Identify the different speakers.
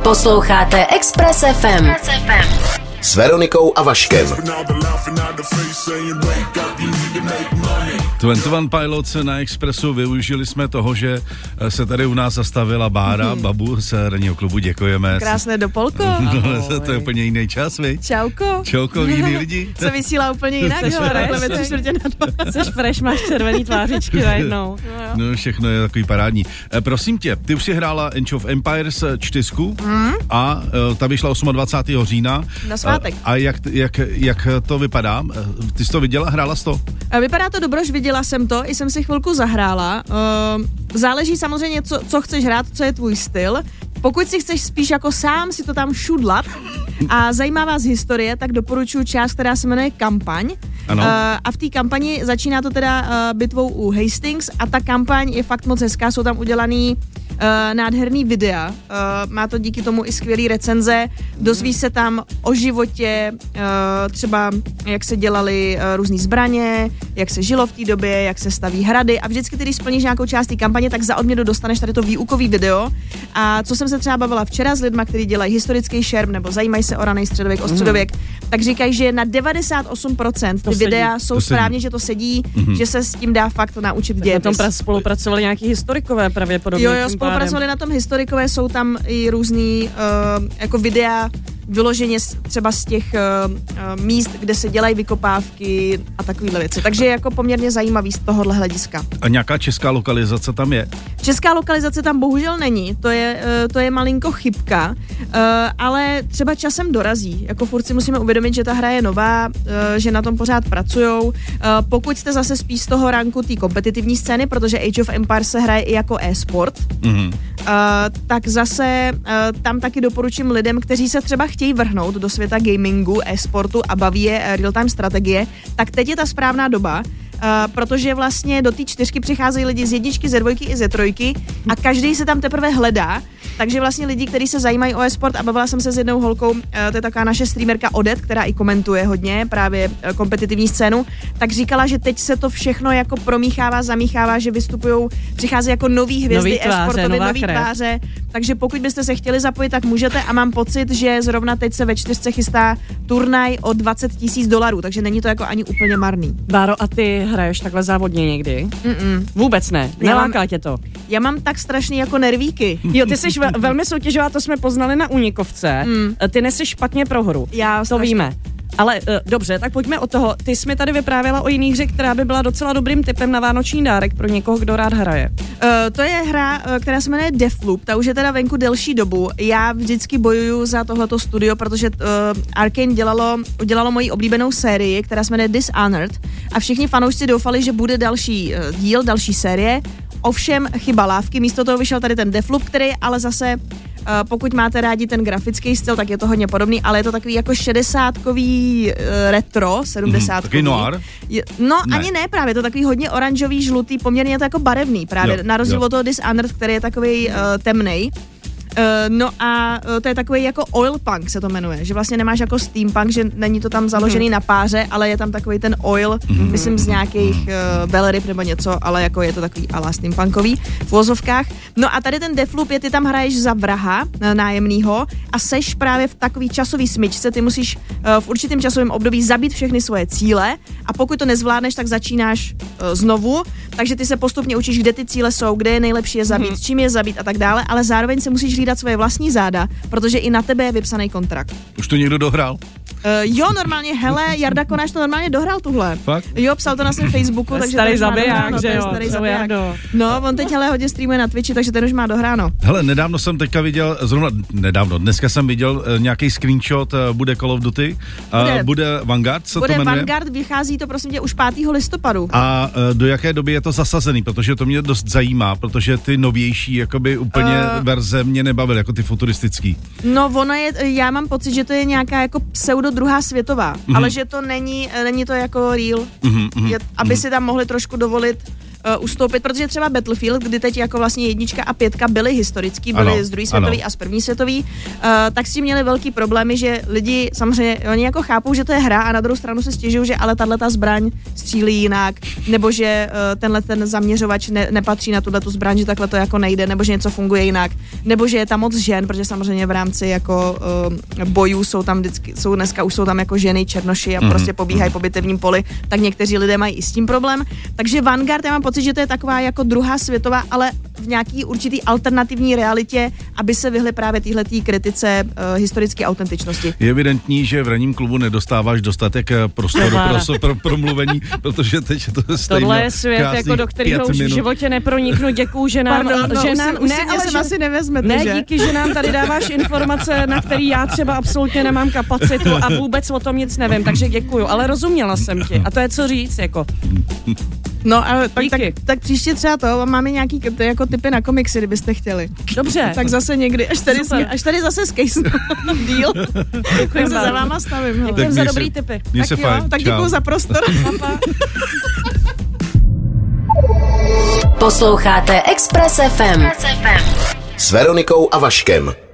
Speaker 1: Posloucháte Express FM.
Speaker 2: S Veronikou a Vaškem.
Speaker 3: 21 Pilots na Expressu, využili jsme toho, že se tady u nás zastavila Bára, Babu z ranního klubu, děkujeme.
Speaker 4: Krásné dopolko.
Speaker 3: To je úplně jiný čas, viď?
Speaker 4: Čauko.
Speaker 3: Čauko, jiný lidi.
Speaker 4: Se vysílá úplně jinak, hele, takhle ve 3:45.
Speaker 5: Seš fresh, máš červený tvářičky najednou.
Speaker 3: No, všechno je takový parádní. Prosím tě, ty už si hrála Age of Empires 4 a ta vyšla 28. října.
Speaker 4: Na svátek.
Speaker 3: A jak to vypadá? Ty jsi to viděla, hrála jsi to?
Speaker 4: Vypadá to dobrož, viděla jsem to, i jsem si chvilku zahrála. Záleží samozřejmě, co chceš hrát, co je tvůj styl. Pokud si chceš spíš jako sám si to tam šudlat a zajímá vás historie, tak doporučuji část, která se jmenuje Kampaň.
Speaker 3: Ano.
Speaker 4: A v té kampani začíná to teda bitvou u Hastings a ta kampaň je fakt moc hezká, jsou tam udělaný nádherný videa, má to díky tomu i skvělý recenze, dozví se tam o životě, třeba jak se dělaly různý zbraně, jak se žilo v té době, jak se staví hrady a vždycky, když splníš nějakou část té kampaně, tak za odměnu dostaneš tady to výukový video. A co jsem se třeba bavila včera s lidma, kteří dělají historický šerm nebo zajímají se o raný středověk, o středověk, tak říkají, že na 98% ty videa jsou správně, že to sedí, že se s tím dá fakt naučit dějepis.
Speaker 5: Na tom spolupracovali nějaký historikové pravděpodobně.
Speaker 4: Jo, spolupracovali na tom historikové, jsou tam i různý jako videa vyloženě třeba z těch míst, kde se dělají vykopávky a takovýhle věci. Takže je jako poměrně zajímavý z tohohle hlediska.
Speaker 3: A nějaká česká lokalizace tam je?
Speaker 4: Česká lokalizace tam bohužel není, to je malinko chybka, ale třeba časem dorazí. Jako furt si musíme uvědomit, že ta hra je nová, že na tom pořád pracujou. Pokud jste zase spíš z toho ranku té kompetitivní scény, protože Age of Empires se hraje i jako e-sport, tak zase tam taky doporučím lidem, kteří se třeba chtějí vrhnout do světa gamingu, e-sportu a baví je real-time strategie, tak teď je ta správná doba, protože vlastně do té 4 přicházejí lidi z 1, ze 2 i ze 3 a každý se tam teprve hledá, takže vlastně lidi, kteří se zajímají o e-sport a bavila jsem se s jednou holkou, to je taková naše streamerka Odet, která i komentuje hodně právě kompetitivní scénu, tak říkala, že teď se to všechno jako promíchává, zamíchává, že vystupujou, přicházejí jako nový hvězdy e-sportově, nový tváře, takže pokud byste se chtěli zapojit, tak můžete a mám pocit, že zrovna teď se ve 4 chystá turnaj o $20,000, takže není to jako ani úplně marný.
Speaker 5: Báro, a ty hraješ takhle závodně někdy? Vůbec ne. Neláká tě to?
Speaker 4: Já mám tak strašný jako nervíky.
Speaker 5: Jo, ty jsi velmi soutěžová, to jsme poznali na Unikovce. Ty nesi špatně pro hru.
Speaker 4: Já
Speaker 5: to víme. Ale dobře, tak pojďme od toho. Ty jsi mi tady vyprávěla o jiný hře, která by byla docela dobrým tipem na vánoční dárek pro někoho, kdo rád hraje.
Speaker 4: To je hra, která se jmenuje Deathloop, ta už je teda venku delší dobu. Já vždycky bojuju za tohleto studio, protože Arkane udělalo moji oblíbenou sérii, která se jmenuje Dishonored a všichni fanoušci doufali, že bude další díl, další série. Ovšem chyba lávky, místo toho vyšel tady ten Deathloop, který ale zase pokud máte rádi ten grafický styl, tak je to hodně podobný, ale je to takový jako 60kový retro, 70kový.
Speaker 3: Takový noir?
Speaker 4: Ani ne, právě to takový hodně oranžový, žlutý, poměrně je to jako barevný právě, na rozdíl od toho Dishonored, který je takový temnej. No a to je takový jako oil punk se to jmenuje, že vlastně nemáš jako steampunk, že není to tam založený na páře, ale je tam takový ten oil, myslím z nějakých velryb nebo něco, ale jako je to takový ala steampunkový v vozovkách. No a tady ten Deathloop je, ty tam hraješ za vraha nájemnýho a seš právě v takový časový smyčce, ty musíš v určitém časovém období zabít všechny svoje cíle a pokud to nezvládneš, tak začínáš znovu, takže ty se postupně učíš, kde ty cíle jsou, kde je nejlepší je zabít, čím je zabít a tak dále, ale zároveň se musíš hlídat svoje vlastní záda, protože i na tebe je vypsaný kontrakt.
Speaker 3: Už to někdo dohrál?
Speaker 4: Jo, normálně, hele, Jarda Konáš to normálně dohrál tuhle.
Speaker 3: Fakt?
Speaker 4: Jo, psal to na svém Facebooku, takže
Speaker 5: starý zabiják, že jo?
Speaker 4: Starý zabiják. No, on teď hele hodně streamuje na Twitchi, takže ten už má dohráno.
Speaker 3: Hele, nedávno jsem teďka viděl, dneska jsem viděl nějaký screenshot, bude Call of Duty, bude Vanguard, co
Speaker 4: bude
Speaker 3: to jmenuje?
Speaker 4: Vanguard, vychází to prosím tě už 5. listopadu.
Speaker 3: A do jaké doby je to zasazený, protože to mě dost zajímá, protože ty novější jakoby úplně verze mě nebavily, jako ty futuristický.
Speaker 4: No, ono je, já mám pocit, že to je nějaká jako pseudo druhá světová, ale že to není to jako real, aby si tam mohli trošku dovolit ustoupit, protože třeba Battlefield, kdy teď jako vlastně 1 a 5 byly historický, byly z 2. světový a z 1. světový, tak si měli velký problémy, že lidi samozřejmě, oni jako chápou, že to je hra a na druhou stranu se stěžují, že ale tato zbraň střílí jinak, nebo že ten zaměřovač nepatří na tuto zbraň, že takhle to jako nejde, nebo že něco funguje jinak, nebo že je tam moc žen, protože samozřejmě v rámci jako bojů jsou dneska už jsou tam jako ženy, černoši a prostě pobíhají po bitevním poli, tak někteří lidé mají i s tím problém. Takže Vanguard, já mám pocit, že to je taková jako druhá světová, ale v nějaký určitý alternativní realitě, aby se vyhly právě téhletý kritice historické autentičnosti.
Speaker 3: Je evidentní, že v ranním klubu nedostáváš dostatek prostoru pro promluvení, protože teď to stojí.
Speaker 5: Tohle je svět, jako do kterého už v životě neproniknu. Děkuju, že nám...
Speaker 4: asi nevezmete,
Speaker 5: ne, díky, že nám tady dáváš informace, na který já třeba absolutně nemám kapacitu a vůbec o tom nic nevím, takže děkuju, ale rozuměla jsem ti a to je co říct, jako.
Speaker 4: No a tak příště třeba to, máme nějaký jako typy na komiksy, kdybyste chtěli.
Speaker 5: Dobře.
Speaker 4: Tak zase někdy, až tady zase skejsnu díl, tak se za váma stavím.
Speaker 5: Děkujem za dobrý tipy.
Speaker 4: Tak děkuju za prostor.
Speaker 1: Posloucháte Express FM.
Speaker 2: S Veronikou a Vaškem.